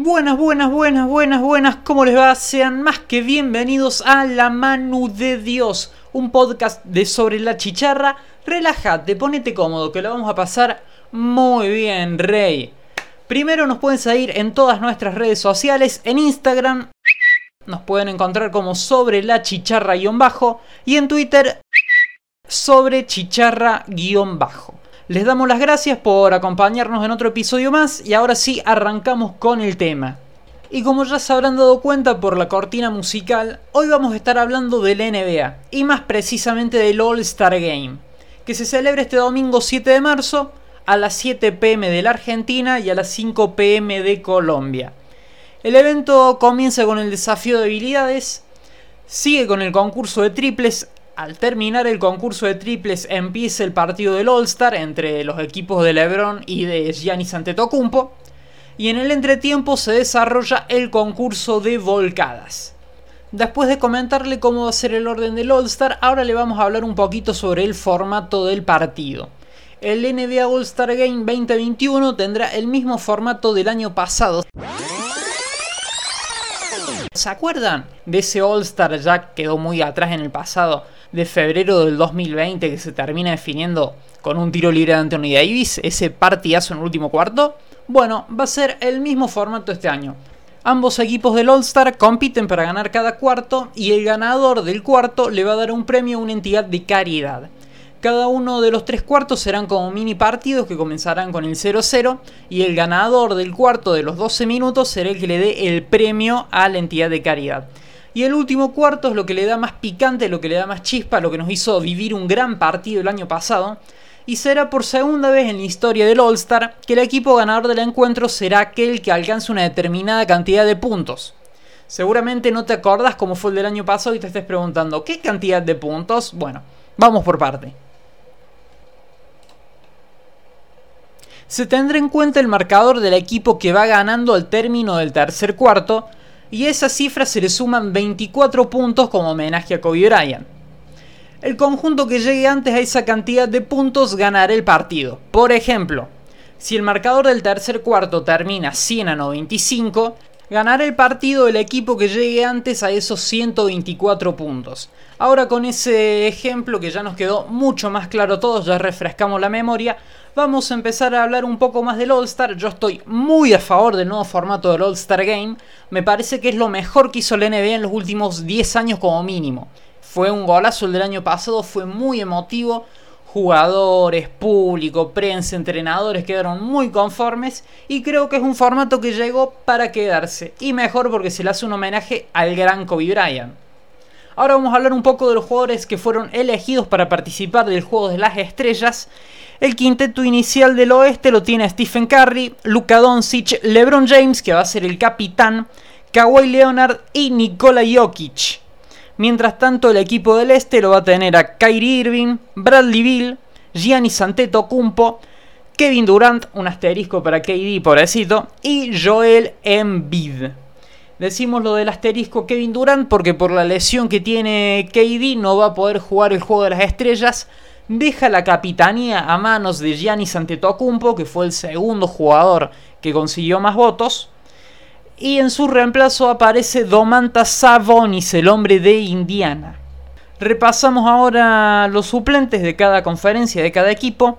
Buenas, ¿cómo les va? Sean más que bienvenidos a La Manu de Dios, un podcast de Sobre la Chicharra. Relájate, ponete cómodo, que lo vamos a pasar muy bien, rey. Primero nos pueden seguir en todas nuestras redes sociales, en Instagram nos pueden encontrar como Sobre la Chicharra _ y en Twitter Sobre Chicharra _ Les damos las gracias por acompañarnos en otro episodio más y ahora sí arrancamos con el tema. Y como ya se habrán dado cuenta por la cortina musical, hoy vamos a estar hablando del NBA y más precisamente del All-Star Game, que se celebra este domingo 7 de marzo a las 7 p.m. de la Argentina y a las 5 p.m. de Colombia. El evento comienza con el desafío de habilidades, sigue con el concurso de triples. Al terminar el concurso de triples empieza el partido del All-Star entre los equipos de LeBron y de Giannis Antetokounmpo. Y en el entretiempo se desarrolla el concurso de volcadas. Después de comentarle cómo va a ser el orden del All-Star, ahora le vamos a hablar un poquito sobre el formato del partido. El NBA All-Star Game 2021 tendrá el mismo formato del año pasado. ¿Se acuerdan de ese All-Star? Ya quedó muy atrás en el pasado, de febrero del 2020, que se termina definiendo con un tiro libre de Anthony Davis, ese partidazo en el último cuarto. Bueno, va a ser el mismo formato este año. Ambos equipos del All-Star compiten para ganar cada cuarto y el ganador del cuarto le va a dar un premio a una entidad de caridad. Cada uno de los 3 cuartos serán como mini partidos que comenzarán con el 0-0 y el ganador del cuarto de los 12 minutos será el que le dé el premio a la entidad de caridad. Y el último cuarto es lo que le da más picante, lo que le da más chispa, lo que nos hizo vivir un gran partido el año pasado. Y será por segunda vez en la historia del All-Star que el equipo ganador del encuentro será aquel que alcance una determinada cantidad de puntos. Seguramente no te acordás cómo fue el del año pasado y te estés preguntando ¿qué cantidad de puntos? Bueno, vamos por parte. Se tendrá en cuenta el marcador del equipo que va ganando al término del tercer cuarto y a esa cifra se le suman 24 puntos como homenaje a Kobe Bryant. El conjunto que llegue antes a esa cantidad de puntos ganará el partido. Por ejemplo, si el marcador del tercer cuarto termina 100-95, ganará el partido el equipo que llegue antes a esos 124 puntos. Ahora con ese ejemplo que ya nos quedó mucho más claro todos, ya refrescamos la memoria, vamos a empezar a hablar un poco más del All-Star. Yo estoy muy a favor del nuevo formato del All-Star Game. Me parece que es lo mejor que hizo la NBA en los últimos 10 años como mínimo. Fue un golazo el del año pasado, fue muy emotivo. Jugadores, público, prensa, entrenadores quedaron muy conformes y creo que es un formato que llegó para quedarse. Y mejor porque se le hace un homenaje al gran Kobe Bryant. Ahora vamos a hablar un poco de los jugadores que fueron elegidos para participar del Juego de las Estrellas. El quinteto inicial del oeste lo tiene Stephen Curry, Luka Doncic, LeBron James, que va a ser el capitán, Kawhi Leonard y Nikola Jokic. Mientras tanto, el equipo del este lo va a tener a Kyrie Irving, Bradley Beal, Giannis Antetokounmpo, Kevin Durant, un asterisco para KD, pobrecito, y Joel Embiid. Decimos lo del asterisco Kevin Durant porque por la lesión que tiene KD no va a poder jugar el Juego de las Estrellas. Deja la capitanía a manos de Giannis Antetokounmpo, que fue el segundo jugador que consiguió más votos. Y en su reemplazo aparece Domantas Sabonis, el hombre de Indiana. Repasamos ahora los suplentes de cada conferencia, de cada equipo.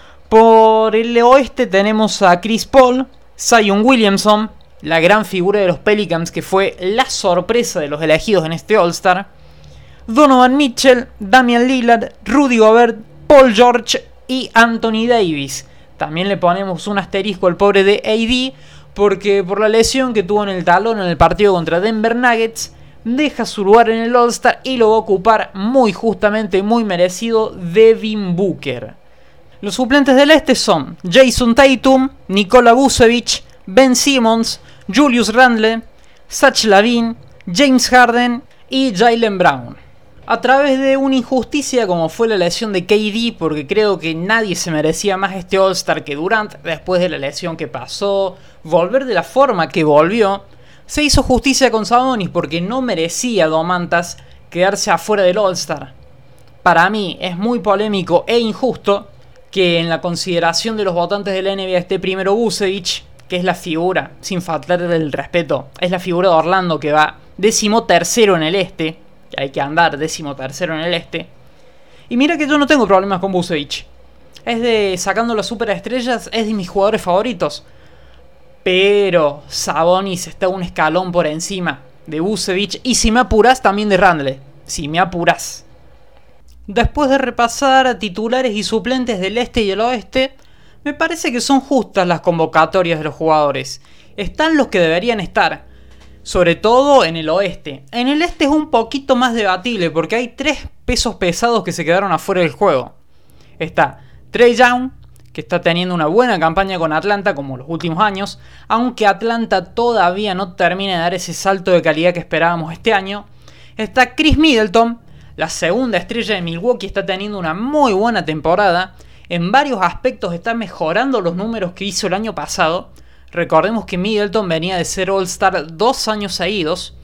Por el oeste tenemos a Chris Paul, Zion Williamson, la gran figura de los Pelicans que fue la sorpresa de los elegidos en este All-Star, Donovan Mitchell, Damian Lillard, Rudy Gobert, Paul George y Anthony Davis. También le ponemos un asterisco al pobre de AD porque por la lesión que tuvo en el talón en el partido contra Denver Nuggets, deja su lugar en el All-Star y lo va a ocupar muy justamente, muy merecido, Devin Booker. Los suplentes del este son Jason Tatum, Nikola Vucevic, Ben Simmons, Julius Randle, Zach LaVine, James Harden y Jaylen Brown. A través de una injusticia como fue la lesión de KD, porque creo que nadie se merecía más este All-Star que Durant después de la lesión que pasó, volver de la forma que volvió, se hizo justicia con Sabonis porque no merecía Domantas quedarse afuera del All-Star. Para mí es muy polémico e injusto que en la consideración de los votantes de la NBA esté primero Vucevic que es la figura, sin faltarle el respeto, es la figura de Orlando que va 13º en el este, que hay que andar 13º en el este. Y mira que yo no tengo problemas con Vucevic. Sacando las superestrellas, es de mis jugadores favoritos. Pero Sabonis está un escalón por encima de Vucevic. Y si me apuras, también de Randle. Si me apuras. Después de repasar a titulares y suplentes del este y el oeste, me parece que son justas las convocatorias de los jugadores. Están los que deberían estar. Sobre todo en el oeste. En el este es un poquito más debatible porque hay 3 pesos pesados que se quedaron afuera del juego. Está Trae Young, que está teniendo una buena campaña con Atlanta como los últimos años, aunque Atlanta todavía no termina de dar ese salto de calidad que esperábamos este año. Está Chris Middleton, la segunda estrella de Milwaukee, está teniendo una muy buena temporada. En varios aspectos está mejorando los números que hizo el año pasado. Recordemos que Middleton venía de ser All-Star 2 años seguidos.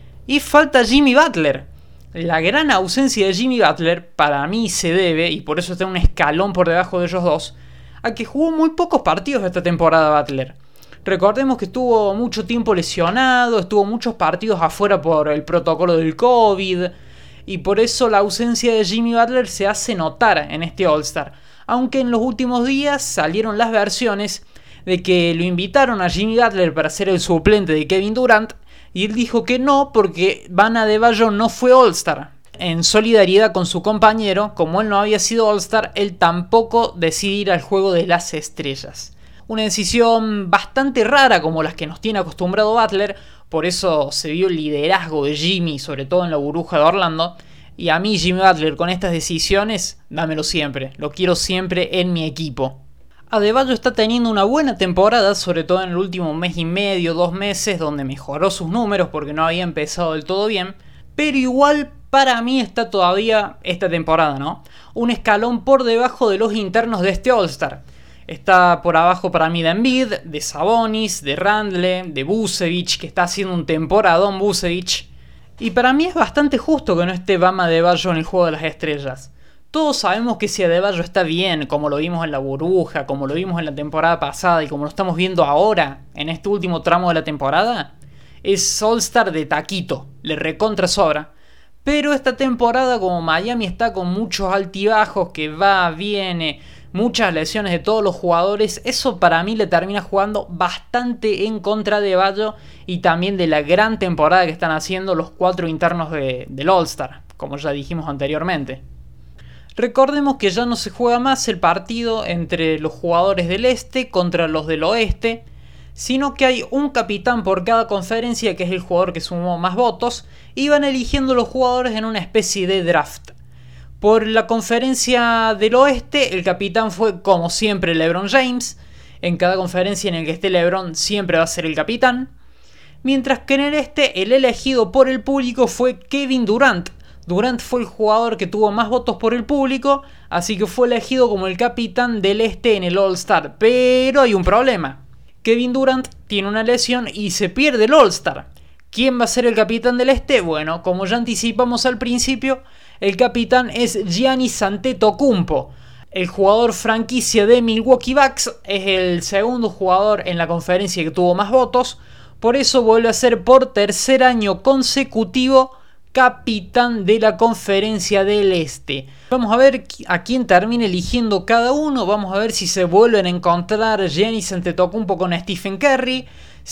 Y falta Jimmy Butler. La gran ausencia de Jimmy Butler para mí se debe, y por eso está un escalón por debajo de ellos dos, a que jugó muy pocos partidos esta temporada Butler. Recordemos que estuvo mucho tiempo lesionado, estuvo muchos partidos afuera por el protocolo del COVID, y por eso la ausencia de Jimmy Butler se hace notar en este All-Star. Aunque en los últimos días salieron las versiones de que lo invitaron a Jimmy Butler para ser el suplente de Kevin Durant, y él dijo que no porque Bam Adebayo no fue All-Star. En solidaridad con su compañero, como él no había sido All-Star, él tampoco decide ir al juego de las estrellas. Una decisión bastante rara como las que nos tiene acostumbrado Butler, por eso se vio el liderazgo de Jimmy, sobre todo en la burbuja de Orlando. Y a mí Jimmy Butler con estas decisiones, dámelo siempre, lo quiero siempre en mi equipo. Adebayo está teniendo una buena temporada, sobre todo en el último mes y medio, 2 meses, donde mejoró sus números porque no había empezado del todo bien. Pero igual para mí está todavía esta temporada, ¿no? Un escalón por debajo de los internos de este All-Star. Está por abajo para mí de Embiid, de Sabonis, de Randle, de Vucevic, que está haciendo un temporadón Vucevic. Y para mí es bastante justo que no esté Bam Adebayo en el juego de las estrellas. Todos sabemos que si Adebayo está bien, como lo vimos en la burbuja, como lo vimos en la temporada pasada y como lo estamos viendo ahora, en este último tramo de la temporada, es All-Star de taquito, le recontra sobra. Pero esta temporada, como Miami está con muchos altibajos, que va, viene, muchas lesiones de todos los jugadores, eso para mí le termina jugando bastante en contra de Adebayo y también de la gran temporada que están haciendo los 4 internos del All-Star, como ya dijimos anteriormente. Recordemos que ya no se juega más el partido entre los jugadores del este contra los del oeste, sino que hay un capitán por cada conferencia, que es el jugador que sumó más votos, y van eligiendo los jugadores en una especie de draft. Por la conferencia del oeste, el capitán fue, como siempre, LeBron James. En cada conferencia en la que esté LeBron siempre va a ser el capitán. Mientras que en el este, el elegido por el público fue Kevin Durant. Durant fue el jugador que tuvo más votos por el público, así que fue elegido como el capitán del este en el All-Star. Pero hay un problema. Kevin Durant tiene una lesión y se pierde el All-Star. ¿Quién va a ser el capitán del este? Bueno, como ya anticipamos al principio, el capitán es Giannis Antetokounmpo. El jugador franquicia de Milwaukee Bucks es el segundo jugador en la conferencia que tuvo más votos. Por eso vuelve a ser por tercer año consecutivo capitán de la conferencia del este. Vamos a ver a quién termina eligiendo cada uno. Vamos a ver si se vuelven a encontrar Giannis Antetokounmpo con Stephen Curry,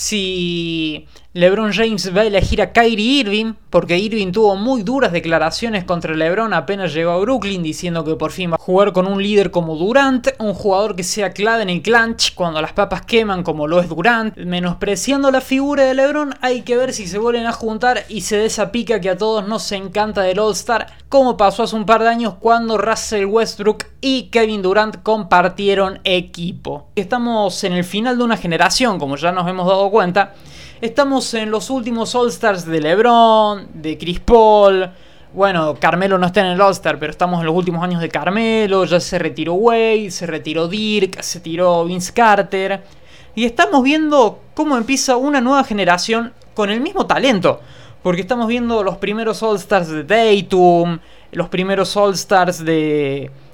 si LeBron James va a elegir a Kyrie Irving, porque Irving tuvo muy duras declaraciones contra LeBron apenas llegó a Brooklyn, diciendo que por fin va a jugar con un líder como Durant, un jugador que sea clave en el clutch cuando las papas queman como lo es Durant. Menospreciando la figura de LeBron, hay que ver si se vuelven a juntar y se da esa pica que a todos nos encanta del All-Star, como pasó hace un par de años cuando Russell Westbrook y Kevin Durant compartieron equipo. Estamos en el final de una generación, como ya nos hemos dado cuenta. Estamos en los últimos All-Stars de LeBron, de Chris Paul. Bueno, Carmelo no está en el All-Star, pero estamos en los últimos años de Carmelo. Ya se retiró Wade, se retiró Dirk, se tiró Vince Carter. Y estamos viendo cómo empieza una nueva generación con el mismo talento. Porque estamos viendo los primeros All-Stars de Tatum, los primeros All-Stars de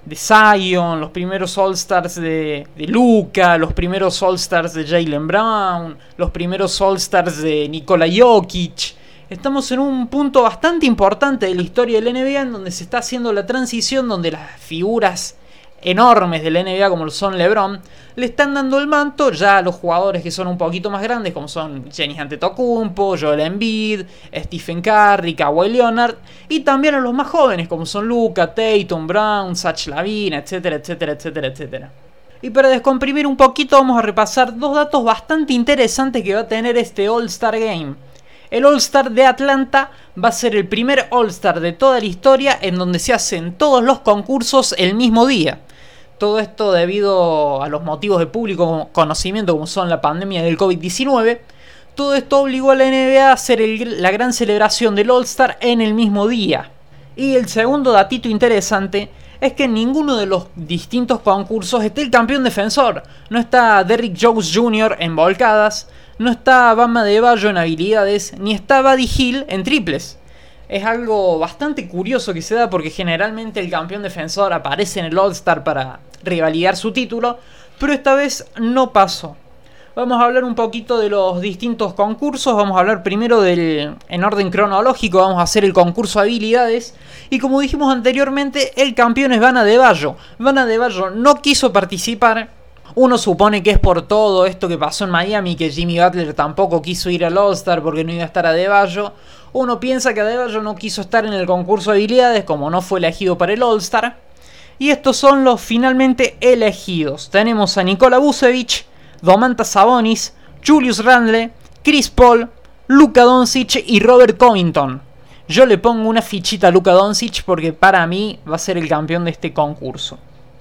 Zion, los primeros All-Stars de Luka, los primeros All-Stars de Jaylen Brown, los primeros All-Stars de Nikola Jokic. Estamos en un punto bastante importante de la historia del NBA en donde se está haciendo la transición, donde las figuras enormes de la NBA como son LeBron le están dando el manto ya a los jugadores que son un poquito más grandes, como son Giannis Antetokounmpo, Joel Embiid, Stephen Curry, Kawhi Leonard, y también a los más jóvenes como son Luka, Tatum, Brown, Zach LaVine, etcétera, etcétera, etcétera, etcétera. Y para descomprimir un poquito vamos a repasar dos datos bastante interesantes que va a tener este All-Star Game. El All-Star de Atlanta va a ser el primer All-Star de toda la historia en donde se hacen todos los concursos el mismo día. Todo esto debido a los motivos de público conocimiento como son la pandemia del COVID-19. Todo esto obligó a la NBA a hacer la gran celebración del All-Star en el mismo día. Y el segundo datito interesante es que en ninguno de los distintos concursos está el campeón defensor. No está Derrick Jones Jr. en volcadas, no está Bam Adebayo en habilidades, ni está Buddy Hield en triples. Es algo bastante curioso que se da porque generalmente el campeón defensor aparece en el All-Star para revalidar su título, pero esta vez no pasó. Vamos a hablar un poquito de los distintos concursos. Vamos a hablar primero en orden cronológico. Vamos a hacer el concurso de habilidades. Y como dijimos anteriormente, el campeón es Bam Adebayo. Bam Adebayo no quiso participar. Uno supone que es por todo esto que pasó en Miami, que Jimmy Butler tampoco quiso ir al All-Star porque no iba a estar Adebayo. Uno piensa que Adebayo no quiso estar en el concurso de habilidades como no fue elegido para el All-Star. Y estos son los finalmente elegidos. Tenemos a Nikola Vucevic, Domantas Sabonis, Julius Randle, Chris Paul, Luka Doncic y Robert Covington. Yo le pongo una fichita a Luka Doncic porque para mí va a ser el campeón de este concurso.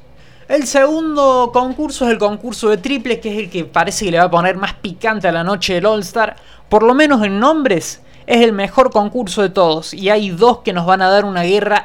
El segundo concurso es el concurso de triples, que es el que parece que le va a poner más picante a la noche del All-Star. Por lo menos en nombres es el mejor concurso de todos y hay dos que nos van a dar una guerra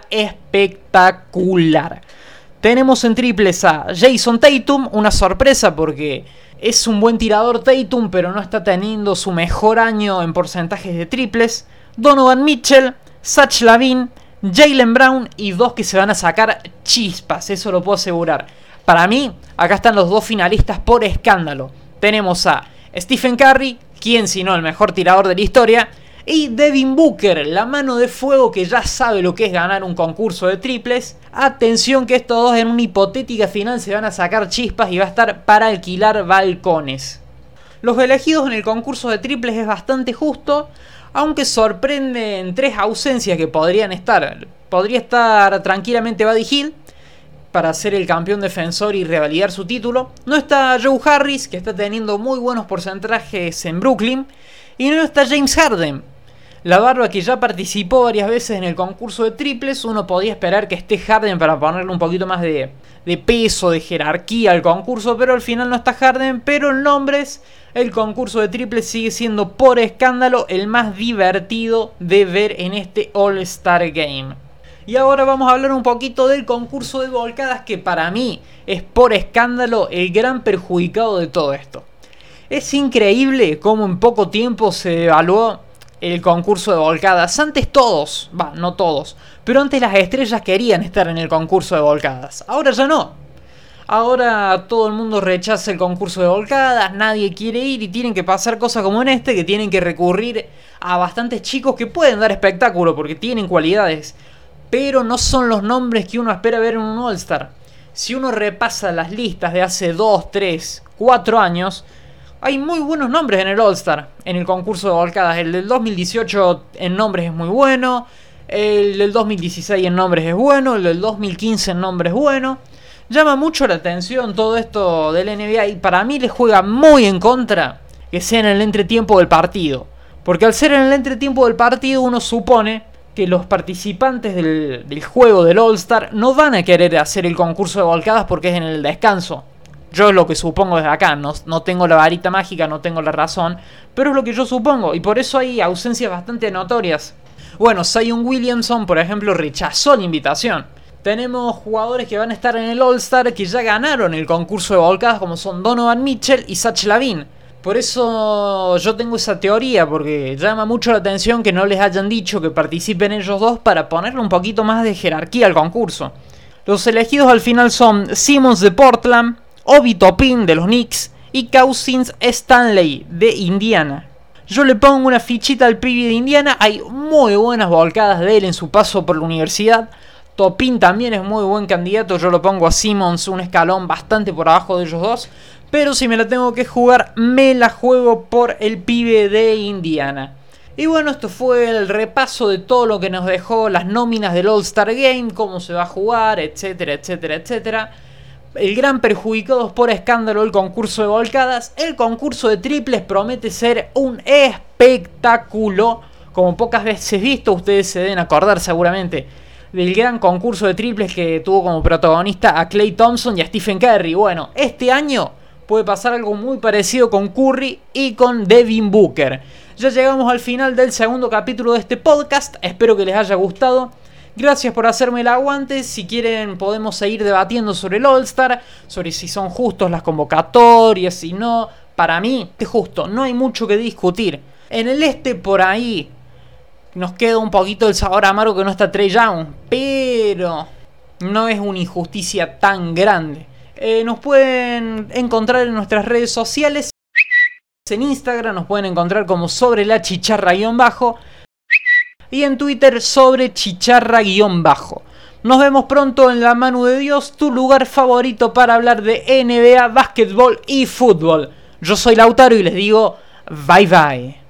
espectacular. Tenemos en triples a Jason Tatum, una sorpresa porque es un buen tirador Tatum, pero no está teniendo su mejor año en porcentajes de triples. Donovan Mitchell, Zach LaVine, Jaylen Brown y dos que se van a sacar chispas, eso lo puedo asegurar. Para mí, acá están los dos finalistas por escándalo. Tenemos a Stephen Curry, quien si no el mejor tirador de la historia, y Devin Booker, la mano de fuego que ya sabe lo que es ganar un concurso de triples. Atención que estos dos en una hipotética final se van a sacar chispas y va a estar para alquilar balcones. Los elegidos en el concurso de triples es bastante justo, aunque sorprenden tres ausencias que podrían estar. Podría estar tranquilamente Buddy Hield para ser el campeón defensor y revalidar su título. No está Joe Harris, que está teniendo muy buenos porcentajes en Brooklyn. Y no está James Harden, la barba que ya participó varias veces en el concurso de triples. Uno podía esperar que esté Harden para ponerle un poquito más de peso, de jerarquía al concurso, pero al final no está Harden. Pero en nombres, el concurso de triples sigue siendo por escándalo el más divertido de ver en este All-Star Game. Y ahora vamos a hablar un poquito del concurso de volcadas, que para mí es por escándalo el gran perjudicado de todo esto. Es increíble cómo en poco tiempo se devaluó el concurso de volcadas. Antes todos, no todos, pero antes las estrellas querían estar en el concurso de volcadas. Ahora ya no. Ahora todo el mundo rechaza el concurso de volcadas, nadie quiere ir y tienen que pasar cosas como en este, que tienen que recurrir a bastantes chicos que pueden dar espectáculo porque tienen cualidades, pero no son los nombres que uno espera ver en un All-Star. Si uno repasa las listas de hace 2, 3, 4 años... hay muy buenos nombres en el All-Star, en el concurso de volcadas. El del 2018 en nombres es muy bueno. El del 2016 en nombres es bueno. El del 2015 en nombres es bueno. Llama mucho la atención todo esto del NBA. Y para mí le juega muy en contra que sea en el entretiempo del partido. Porque al ser en el entretiempo del partido uno supone que los participantes del juego del All-Star no van a querer hacer el concurso de volcadas porque es en el descanso. Yo es lo que supongo desde acá, no tengo la varita mágica, no tengo la razón, pero es lo que yo supongo, y por eso hay ausencias bastante notorias. Bueno, Zion Williamson, por ejemplo, rechazó la invitación. Tenemos jugadores que van a estar en el All-Star que ya ganaron el concurso de volcadas, como son Donovan Mitchell y Zach LaVine. Por eso yo tengo esa teoría, porque llama mucho la atención que no les hayan dicho que participen ellos dos para ponerle un poquito más de jerarquía al concurso. Los elegidos al final son Simmons de Portland, Obi Toppin de los Knicks y Cousins Stanley de Indiana. Yo le pongo una fichita al pibe de Indiana, hay muy buenas volcadas de él en su paso por la universidad. Toppin también es muy buen candidato, yo lo pongo a Simmons un escalón bastante por abajo de ellos dos. Pero si me la tengo que jugar, me la juego por el pibe de Indiana. Y bueno, esto fue el repaso de todo lo que nos dejó las nóminas del All-Star Game, cómo se va a jugar, etcétera, etcétera, etcétera. El gran perjudicado por escándalo el concurso de volcadas. El concurso de triples promete ser un espectáculo, como pocas veces visto. Ustedes se deben acordar seguramente del gran concurso de triples que tuvo como protagonista a Klay Thompson y a Stephen Curry. Bueno, este año puede pasar algo muy parecido con Curry y con Devin Booker. Ya llegamos al final del segundo capítulo de este podcast. Espero que les haya gustado. Gracias por hacerme el aguante. Si quieren podemos seguir debatiendo sobre el All-Star, sobre si son justos las convocatorias, si no. Para mí es justo, no hay mucho que discutir. En el este por ahí nos queda un poquito el sabor amargo que no está Trae Young, pero no es una injusticia tan grande. Nos pueden encontrar en nuestras redes sociales. En Instagram nos pueden encontrar como sobre la chicharra _ y en Twitter sobre chicharra _ Nos vemos pronto en La Mano de Dios, tu lugar favorito para hablar de NBA, básquetbol y fútbol. Yo soy Lautaro y les digo bye bye.